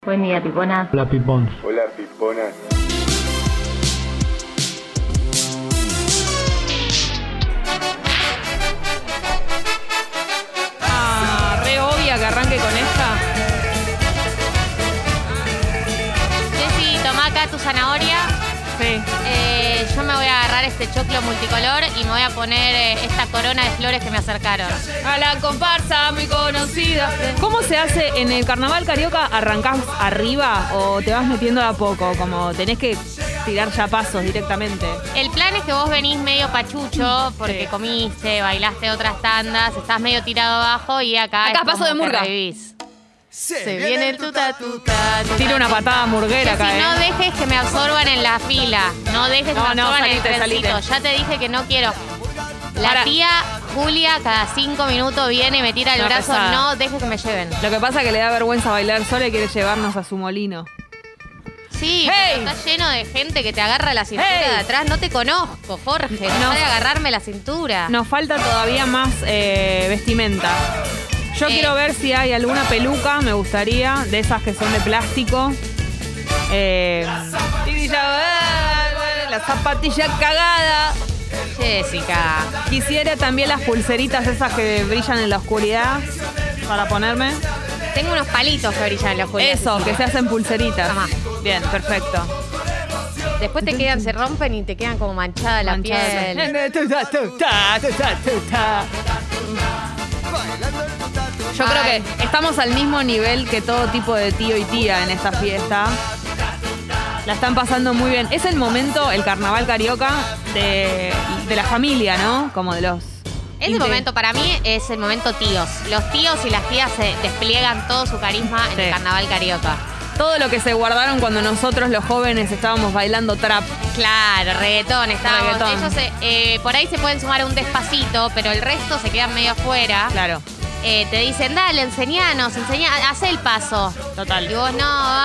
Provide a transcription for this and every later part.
Buen día, Pipona. Hola, Pipón. Hola, Pipona. Re obvia que arranque con esta. Jessy, tomá acá tu zanahoria. Sí. Yo me voy a agarrar este choclo multicolor y me voy a poner esta corona de flores que me acercaron. A la comparsa muy conocida. ¿Cómo se hace en el carnaval carioca? ¿Arrancás arriba o te vas metiendo de a poco? Como tenés que tirar ya pasos directamente. El plan es que vos venís medio pachucho porque Sí. comiste, bailaste otras tandas, estás medio tirado abajo y acá Acá es paso como de murga. que revivís. Se viene el tuta. Tiro una patada murguera acá, No dejes que me absorban en la fila. No dejes que me absorban en el trencito. Ya te dije que no quiero. La tía Julia cada 5 minutos viene y me tira el brazo. pesada. No dejes que me lleven. Lo que pasa es que le da vergüenza bailar sola y quiere llevarnos a su molino. Sí, ¡Hey! pero está lleno de gente que te agarra la cintura ¡Hey! de atrás. No te conozco, Jorge. No de agarrarme la cintura. Nos falta todavía más vestimenta. Yo quiero ver si hay alguna peluca, me gustaría, de esas que son de plástico. La zapatilla cagada. Jessica. Quisiera también las pulseritas esas que brillan en la oscuridad para ponerme. Tengo unos palitos que brillan en la oscuridad. Eso, que se hacen pulseritas. Tomá. Bien, perfecto. Después te quedan, se rompen y te quedan como manchada la piel. Yo creo que estamos al mismo nivel que todo tipo de tío y tía en esta fiesta. La están pasando muy bien. Es el momento, el carnaval carioca, de la familia, ¿no? Como de los... Ese momento para mí es el momento tíos. Los tíos y las tías se despliegan todo su carisma en Sí. el carnaval carioca. Todo lo que se guardaron cuando nosotros los jóvenes estábamos bailando trap. Claro, reggaetón, estábamos. Reggaetón. Ellos por ahí se pueden sumar a un despacito, pero el resto se quedan medio afuera. Claro, Te dicen, dale, enseñanos, haz el paso. total. Y vos, no,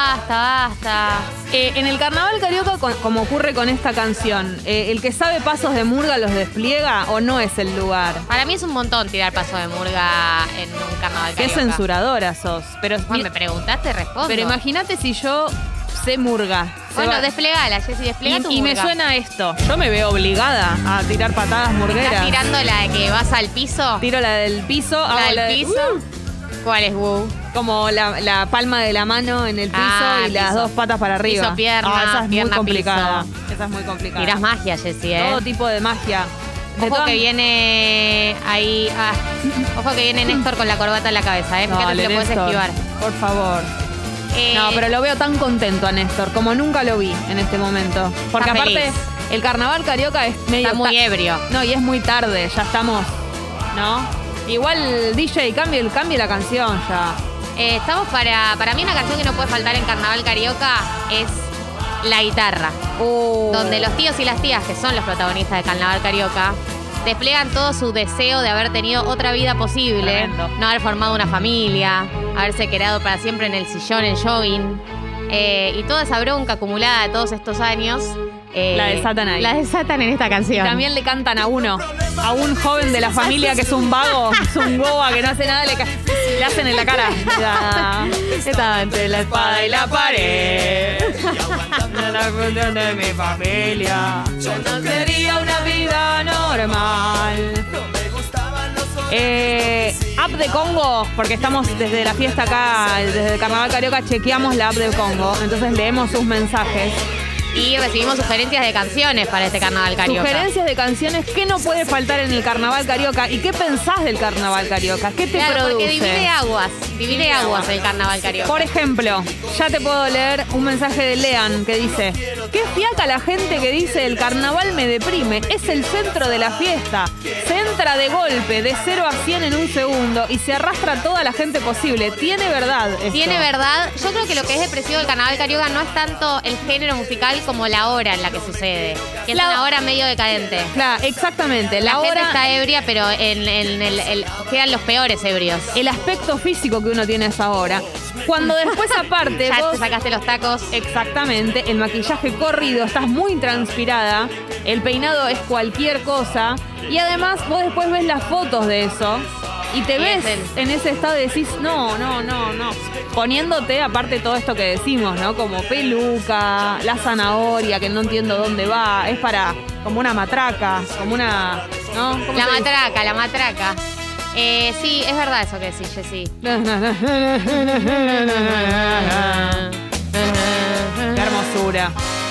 basta. En el carnaval carioca, como ocurre con esta canción, ¿el que sabe pasos de murga los despliega o no es el lugar? Para mí es un montón tirar paso de murga en un carnaval Qué carioca. censuradora sos. Pero, Bueno, me preguntaste, respondo. pero imagínate si yo sé murga. Bueno, desplegala, Jessy, desplega tu Y me murga. suena esto. Yo me veo obligada a tirar patadas murgueras. ¿Estás tirando la de que vas al piso? Tiro la del piso. ¿La hago del de- piso? ¿Cuál es, Wu? Como la palma de la mano en el piso y las piso. dos patas para arriba. Piso, pierna, esa es pierna, muy complicada. piso. Esa es muy complicada. Tirás magia, Jessy, Todo tipo de magia. De Ojo todas- que viene ahí. Ojo que viene Néstor con la corbata en la cabeza, ¿eh? Fíjate Dale, si lo puedes Néstor, esquivar. por favor. No, pero lo veo tan contento a Néstor, como nunca lo vi en este momento. Porque Está aparte, feliz. el carnaval carioca es medio... Está muy ebrio. No, y es muy tarde, ya estamos, ¿no? Igual DJ, cambie la canción ya. Estamos para mí una canción que no puede faltar en Carnaval Carioca es la guitarra. Donde los tíos y las tías, que son los protagonistas de Carnaval Carioca, despliegan todo su deseo de haber tenido otra vida posible. Tremendo. No haber formado una familia, haberse quedado para siempre en el sillón, en jogging. Y toda esa bronca acumulada de todos estos años. La desatan ahí. La desatan en esta canción. También le cantan a un joven de la familia que es un vago, es un boba que no hace nada, le hacen en la cara. Estaba entre la espada y la pared. La función de mi familia. Yo no quería una vida normal. App de Congo, porque estamos desde la fiesta acá, desde el Carnaval Carioca, chequeamos la app de Congo. Entonces leemos sus mensajes. Y recibimos sugerencias de canciones para este Carnaval Carioca. Sugerencias de canciones que no puede faltar en el Carnaval Carioca. ¿Y qué pensás del Carnaval Carioca? ¿Qué te Claro, produce? porque divide aguas el Carnaval Carioca. Por ejemplo, ya te puedo leer un mensaje de Lean que dice: qué fiaca la gente que dice el carnaval me deprime, es el centro de la fiesta. Se entra de golpe, de 0 a 100 en un segundo y se arrastra toda la gente posible. Tiene verdad esto. Tiene verdad. Yo creo que lo que es depresivo del Carnaval Carioca no es tanto el género musical como la hora en la que sucede. Que es una hora medio decadente. Claro, exactamente. La gente hora, está ebria, pero quedan los peores ebrios. el aspecto físico que uno tiene a esa hora. Cuando después aparte Ya vos... te sacaste los tacos. Exactamente, el maquillaje corrido, estás muy transpirada, el peinado es cualquier cosa y además vos después ves las fotos de eso Y te Y ves es él. en ese estado y decís, no. Poniéndote, aparte todo esto que decimos, ¿no? Como peluca, la zanahoria, que no entiendo dónde va. Es para, como una matraca, como una, ¿no? ¿Cómo La se dice? matraca, la matraca. Sí, es verdad eso que decís, Jessy. Qué hermosura.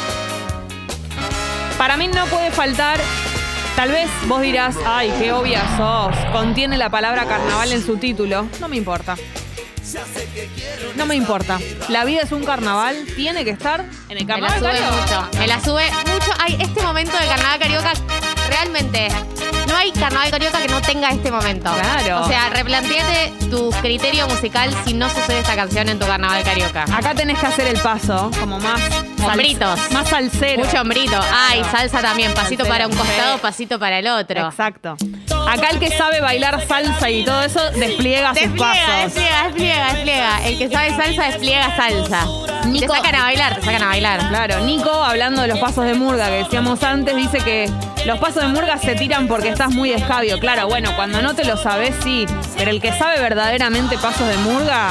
Para mí no puede faltar, tal vez vos dirás, ay, qué obvia sos, contiene la palabra carnaval en su título. No me importa. No me importa. La vida es un carnaval, tiene que estar en el Me la carnaval. sube Carioca. mucho. Me la sube mucho. Ay, este momento del carnaval carioca, realmente, no hay carnaval carioca que no tenga este momento. Claro. O sea, replanteate tu criterio musical si no sucede esta canción en tu carnaval carioca. Acá tenés que hacer el paso, como más Hombritos. más salsero. Mucho hombrito. Ay, salsa también. Pasito Salsero. para un costado, Sí. pasito para el otro. Exacto. Acá el que sabe bailar salsa y todo eso despliega sus pasos. Despliega. El que sabe salsa, despliega salsa. Nico- Te sacan a bailar. Claro, Nico, hablando de los pasos de murga que decíamos antes, dice que los pasos de murga se tiran porque estás muy escabio. Claro, bueno, cuando no te lo sabes, sí. Pero el que sabe verdaderamente pasos de murga,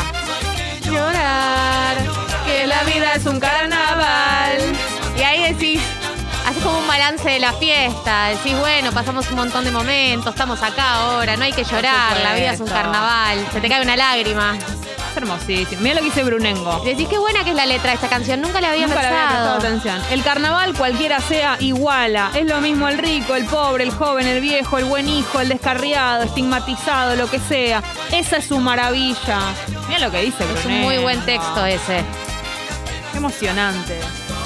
Llorar, que la vida es un carnaval. Y ahí decís, haces como un balance de la fiesta. Decís, bueno, pasamos un montón de momentos, estamos acá ahora, no hay que llorar, la vida es un supuesto. carnaval. Se te cae una lágrima. es hermosísimo. Mira lo que dice Brunengo. Y decís, qué buena que es la letra de esta canción, nunca le había Nunca le había prestado pensado. atención. El carnaval, cualquiera sea, iguala. Es lo mismo el rico, el pobre, el joven, el viejo, el buen hijo, el descarriado, estigmatizado, lo que sea. Esa es su maravilla. Mira lo que dice Es Brunengo. un muy buen texto ese. Qué emocionante.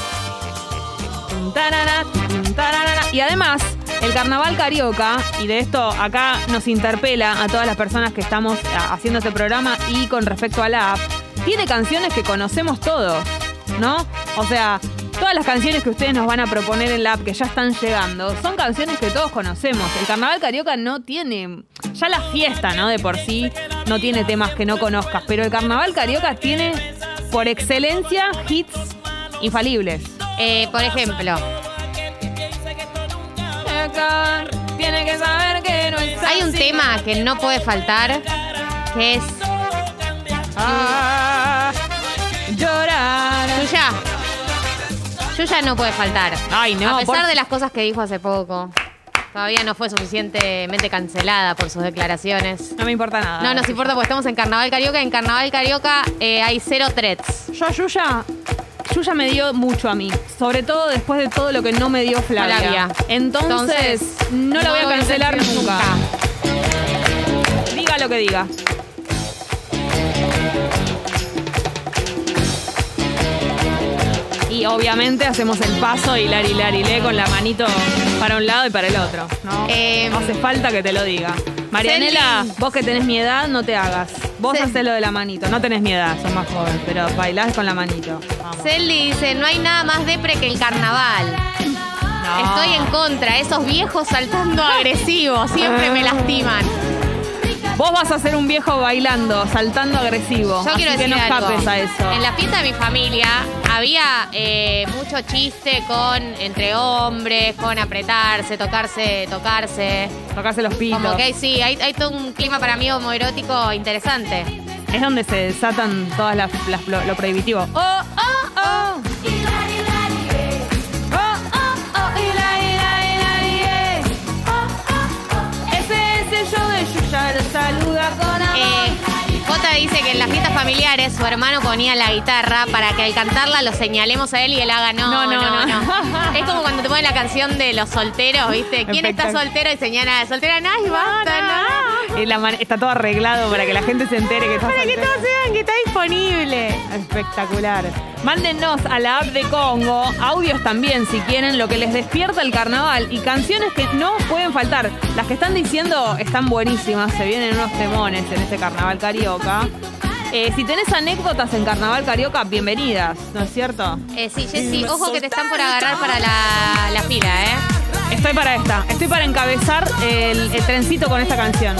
Tum, tarara, tum, tarara. Y además, el carnaval carioca, y de esto acá nos interpela a todas las personas que estamos haciendo este programa y con respecto a la app, tiene canciones que conocemos todos, ¿no? O sea, todas las canciones que ustedes nos van a proponer en la app que ya están llegando, son canciones que todos conocemos. El carnaval carioca no tiene, ya la fiesta, ¿no? De por sí, no tiene temas que no conozcas, pero el carnaval carioca tiene, por excelencia, hits infalibles. Por ejemplo, Tiene que saber que no es hay un así. tema que no puede faltar, que es Llorar. Yuya no puede faltar. Ay, no. A pesar por- de las cosas que dijo hace poco, todavía no fue suficientemente cancelada por sus declaraciones. No me importa nada. No nos importa porque estamos en Carnaval Carioca. En Carnaval Carioca hay 0 threats. Yo a Yuya me dio mucho a mí. Sobre todo después de todo lo que no me dio Flavia. Flavia. Entonces, no la voy a no cancelar decir nunca. Diga lo que diga. Y obviamente hacemos el paso hilari le con la manito para un lado y para el otro, ¿no? No hace falta que te lo diga. Marianela, Celine. vos que tenés mi edad, no te hagas. Vos Sí. hacés lo de la manito. No tenés mi edad, sos más joven, pero bailás con la manito. Vamos. Celly dice, no hay nada más depre que el carnaval. No. Estoy en contra. Esos viejos saltando agresivos siempre me lastiman. Vos vas a ser un viejo bailando, saltando agresivo. Yo así quiero que decir no algo. escapes a eso. En la fiesta de mi familia había mucho chiste con entre hombres, con apretarse, tocarse. Tocarse los pitos. Como que sí, hay todo un clima para mí homoerótico interesante. Es donde se desatan todas lo prohibitivo. ¡Oh, oh, oh! ¡Oh, oh, oh! Ese es el show de Yuya, lo saluda con amor. Jota dice que en las fiestas familiares su hermano ponía la guitarra para que al cantarla lo señalemos a él y él haga no. Es como cuando te ponen la canción de los solteros, ¿viste? ¿Quién está Espectacular. soltero? Y señala, soltera, no, y basta, no. Y está todo arreglado para que la gente se entere que está Para que soltero. todos sepan que está disponible. Espectacular. Mándennos a la app de Congo audios también, si quieren, lo que les despierta el carnaval y canciones que no pueden faltar. Las que están diciendo están buenísimas, se vienen unos temones en este carnaval carioca. Si tenés anécdotas en carnaval carioca, bienvenidas, ¿no es cierto? Sí, Jessy, ojo que te están por agarrar para la fila, ¿eh? Estoy para esta, estoy para encabezar el trencito con esta canción.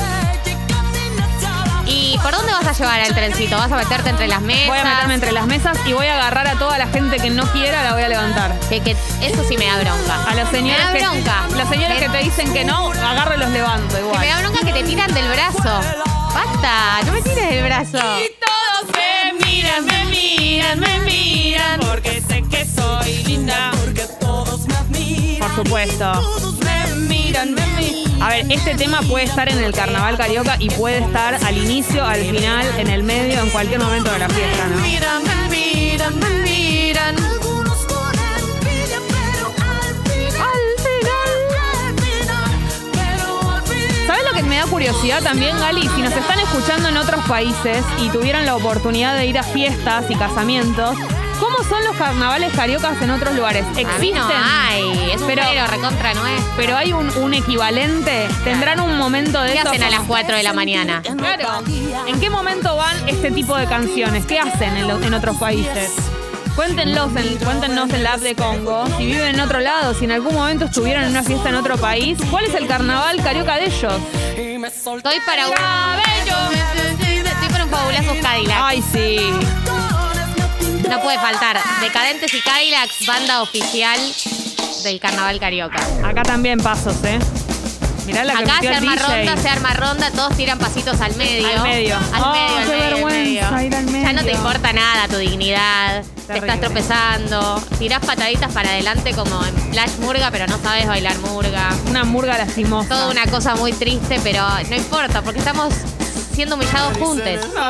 ¿Y por dónde vas a llevar al trencito? ¿Vas a meterte entre las mesas? Voy a meterme entre las mesas y voy a agarrar a toda la gente que no quiera, la voy a levantar. Que eso sí me da bronca. A los señores me da bronca. los señores que te dicen que no, agarro y los levanto Que igual. me da bronca que te tiran del brazo. ¡Basta! ¡No me tires el brazo! Y todos me miran, porque sé que soy linda. Por supuesto. Me miran. A ver, este tema puede estar en el Carnaval Carioca y puede estar al inicio, al final, en el medio, en cualquier momento de la fiesta, ¿no? Me miran. ¿Sabes lo que me da curiosidad también, Gali? Si nos están escuchando en otros países y tuvieran la oportunidad de ir a fiestas y casamientos, ¿cómo son los carnavales cariocas en otros lugares? ¿Existen? A mí no hay. Es un género recontra nuestro. Pero hay un equivalente. ¿Tendrán un momento de ¿Qué eso? hacen a las 4 de la mañana? Claro. ¿En qué momento van este tipo de canciones? ¿Qué hacen en otros países? Cuéntenos en la app de Congo, si viven en otro lado, si en algún momento estuvieron en una fiesta en otro país, ¿cuál es el carnaval carioca de ellos? Estoy para un fabuloso Cadillac. Ay, sí. No puede faltar. Decadentes y Cadillacs, banda oficial del Carnaval Carioca. Acá también pasos, ¿eh? Mirá la que Acá metió se el arma DJ. ronda, todos tiran pasitos al medio. Al medio. Al Qué vergüenza ir al medio. Ya no te importa nada tu dignidad. Te Terrible. estás tropezando. Tirás pataditas para adelante como en Flash Murga, pero no sabes bailar murga. Una murga lastimosa. Toda una cosa muy triste, pero no importa, porque estamos siendo humillados juntos.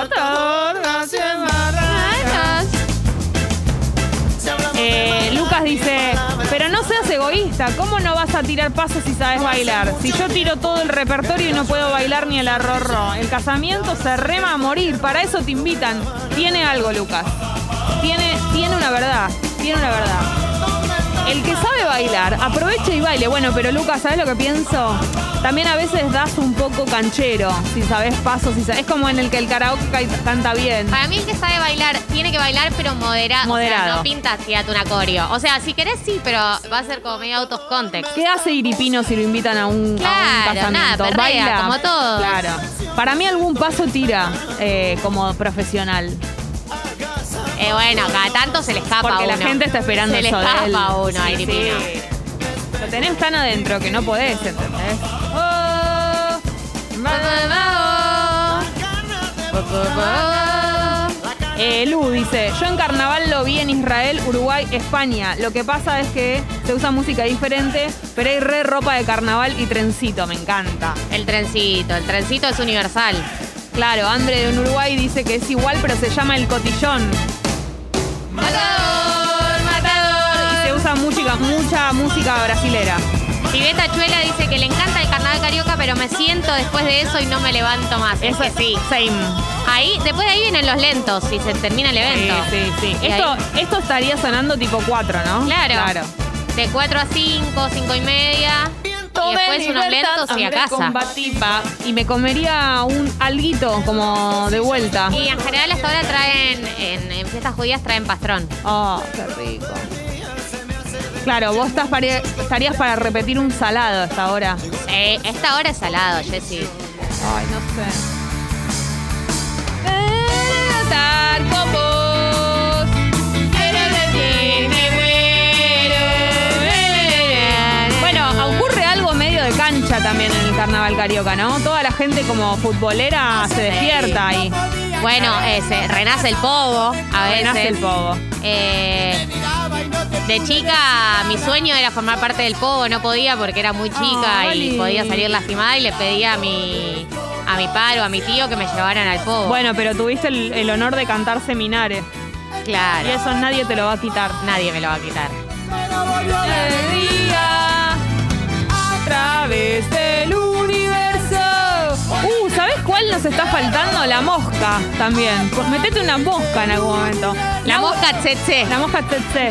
Lucas dice, pero no seas egoísta, ¿cómo no vas a tirar pasos si sabes bailar? Si yo tiro todo el repertorio y no puedo bailar ni el arrorró. El casamiento se rema a morir, para eso te invitan. Tiene algo, Lucas. Tiene una verdad. El que sabe bailar, aprovecha y baile. Bueno, pero Lucas, ¿sabes lo que pienso? También a veces das un poco canchero, si sabes pasos, es como en el que el karaoke canta bien. Para mí el que sabe bailar, tiene que bailar pero moderado. O sea, no pinta tirate un acorio. O sea, si querés sí, pero va a ser como medio out of context. ¿Qué hace Iripino si lo invitan a un casamiento? Nada, perrea, ¿Baila? como todos. Claro. Para mí algún paso tira como profesional. Bueno, cada tanto se le escapa Porque a uno. la gente está esperando se le eso de él. escapa a uno a Iripino. Sí. Lo tenés tan adentro que no podés, ¿entendés? Oh, Lu dice, yo en carnaval lo vi en Israel, Uruguay, España. Lo que pasa es que se usa música diferente, pero hay re ropa de carnaval y trencito, me encanta. El trencito es universal. Claro, André de Uruguay dice que es igual, pero se llama el cotillón. Matador. Y se usa mucha música brasilera. Tibeta Chuela dice que le encanta el carnaval carioca, pero me siento después de eso y no me levanto más. Es que sí. Same. Después de ahí vienen los lentos y se termina el evento. Sí. Y Esto estaría sonando tipo 4, ¿no? Claro. De 4 a 5, 5 y media. Y después unos lentos y a casa. Y me comería un alguito como de vuelta. Y en general hasta ahora traen, en fiestas judías traen pastrón. Oh, qué rico. Claro, vos estarías para repetir un salado a esta hora. Esta hora es salado, Jessy. Ay, no sé. Estar con vos. Quiero decir, me muero. Bueno, ocurre algo medio de cancha también en el carnaval carioca, ¿no? Toda la gente como futbolera se despierta ahí. Bueno, se renace el pogo a veces. Renace el pogo. De chica, mi sueño era formar parte del pogo, no podía porque era muy chica y podía salir lastimada y le pedía a mi paro, a mi tío que me llevaran al pogo. Bueno, pero tuviste el honor de cantar seminares. Claro. Y eso nadie te lo va a quitar. Nadie me lo va a quitar. A través del universo. ¿Sabés cuál nos está faltando? La mosca también. Pues metete una mosca en algún momento. La mosca tsetse. La mosca tsetse.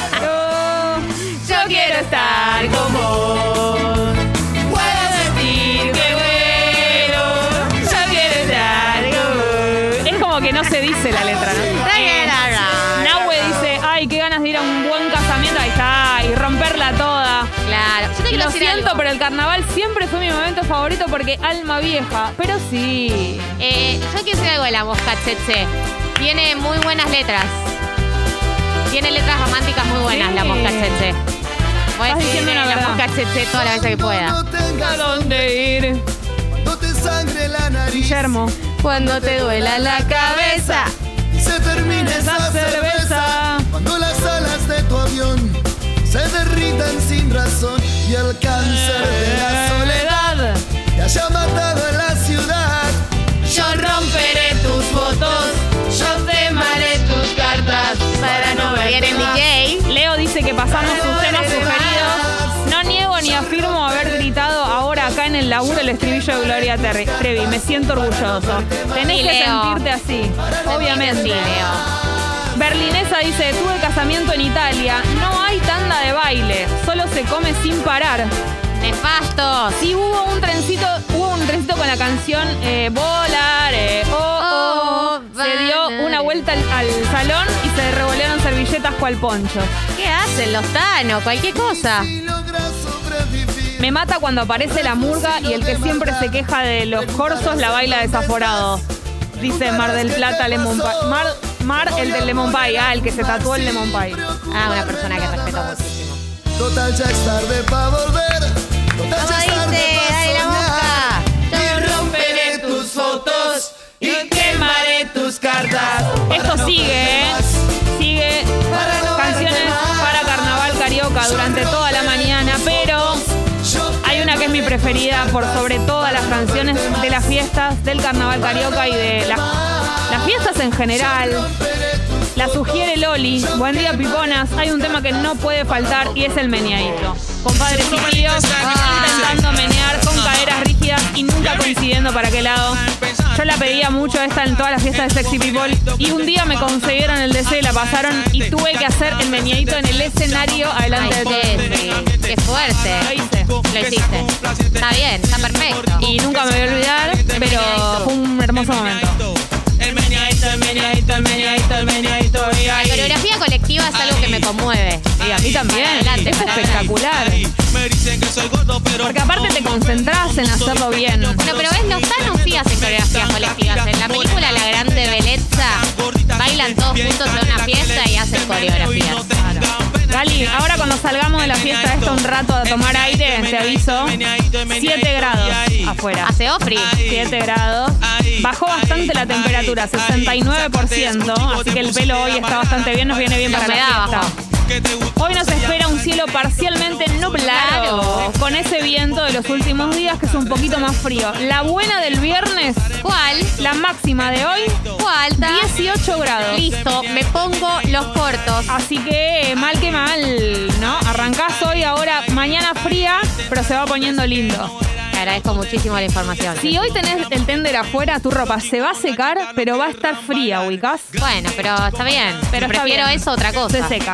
Yo quiero estar con vos. Puedo sentir que vuelo. Yo quiero estar con vos. Es como que no se dice la letra, ¿no? Nahue dice, ay, qué ganas de ir a un buen casamiento. Ahí está, y romperla toda. Claro. Yo te quiero Lo decir siento, algo. pero el carnaval siempre fue mi momento favorito porque alma vieja. Pero sí. Yo quiero decir algo de la mosca tsetse. Tiene muy buenas letras. Tiene letras románticas muy buenas, Sí. la mosca tsetse. Voy a Estás decir diciendo una la verdad. mosca tsetse toda la vez que pueda. ¿A dónde ir? No te sangre la nariz. Guillermo. Cuando te duela la cabeza. Se termina esa cerveza. Cuando las alas de tu avión se derritan sin razón y el cáncer de la soledad te haya matado en la ciudad. Yo romperé tus fotos, yo quemaré tus cartas para no ver en DJ. Leo dice que pasamos sus temas sugeridos. No niego ni afirmo haber gritado ahora acá en el laburo el estribillo de Gloria Trevi. Me siento orgulloso. Tenés Sí, que Leo. sentirte así, obviamente. Sí, Leo. Berlinesa dice, tuve casamiento en Italia. No hay tanda de baile, solo se come sin parar. Nefastos. Sí, hubo un trencito con la canción Volar, Se dio una vuelta al salón y se revolearon servilletas cual poncho. ¿Qué hacen los Tano? Cualquier cosa. Si logras sobrevivir. Me mata cuando aparece la murga y el que siempre se queja de los corsos la baila desaforado. Dice Mar del Plata Lemon Pie. Mar, el del Lemon Pie. Ah, el que se tatuó el Lemon Pie. Ah, una persona que respeto muchísimo. Total ya es tarde pa' volver. Total ¿Cómo ya es tarde dice? pa' Dale la soñar. boca. Y romperé tus fotos y quemaré tus cartas. Esto sigue, ¿eh? Sigue canciones para Carnaval Carioca durante toda la mañana, pero hay una que es mi preferida por sobre todas las canciones de las fiestas del Carnaval Carioca y de las fiestas en general. La sugiere Loli. Buen día, piponas. Hay un tema que no puede faltar y es el meneadito. Compadres y tíos intentando menear con caderas rígidas y nunca coincidiendo para qué lado. Yo la pedía mucho esta en todas las fiestas de Sexy People y un día me concedieron el deseo y la pasaron y tuve que hacer el meneadito en el escenario adelante de todos. Sí. Qué fuerte. Lo hice. Lo hiciste. Está bien, está perfecto. Y nunca me voy a olvidar, pero fue un hermoso momento. El meneadito, el meneadito. La coreografía colectiva es algo que me conmueve. Y a mí también. Adelante, Es para espectacular. Me dicen que soy gordo, pero Porque aparte te concentrás en hacerlo bien. No, pero ves, los Tano sí hacen coreografías colectivas. En la película La Grande Bellezza bailan todos juntos en una fiesta y hacen coreografías. Gali, ahora cuando salgamos de la fiesta esta un rato a tomar aire, te aviso, 7 grados afuera. Hace Ofri. 7 grados. Bajó bastante la temperatura, 69%, así que el pelo hoy está bastante bien, nos viene bien para la humedad fiesta. bajó. Hoy nos espera un cielo parcialmente nublado, con ese viento de los últimos días que es un poquito más frío. La buena del viernes, ¿Cuál? la máxima de hoy, ¿Cuál? 18 grados. Listo, me pongo los cortos. Así que mal que mal, ¿no? Arrancás hoy, ahora, mañana fría, pero se va poniendo lindo. Te agradezco muchísimo la información. Si hoy tenés el tender afuera, tu ropa se va a secar, pero va a estar fría, ubicás. Bueno, pero está bien. Pero está prefiero bien. eso a otra cosa. Se seca.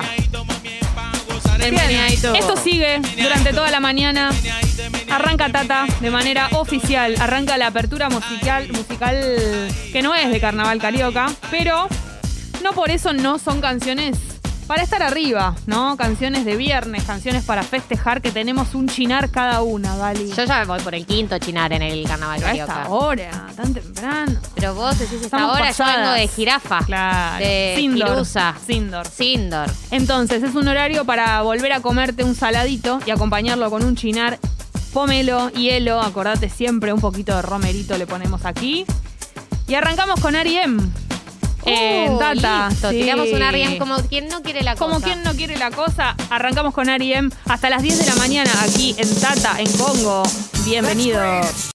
El Bien, meneadito. esto sigue durante toda la mañana. Arranca Tata de manera oficial. Arranca la apertura musical que no es de Carnaval Carioca, pero no por eso no son canciones para estar arriba, ¿no? Canciones de viernes, canciones para festejar, que tenemos un chinar cada una, Gali. Yo ya voy por el quinto chinar en el carnaval Pero a carioca. esta hora, tan temprano. Pero vos decís esta Estamos hora, pasadas. yo vengo de jirafa. Claro. De Sindor. Kirusa. Sindor. Sindor. Entonces, es un horario para volver a comerte un saladito y acompañarlo con un chinar. Pomelo, hielo, acordate siempre, un poquito de romerito le ponemos aquí. Y arrancamos con R.E.M. Tata. Listo, Sí. tiramos un R.E.M. como quien no quiere la cosa. Como quien no quiere la cosa, arrancamos con R.E.M. hasta las 10 de la mañana aquí en Tata, en Congo. Bienvenidos.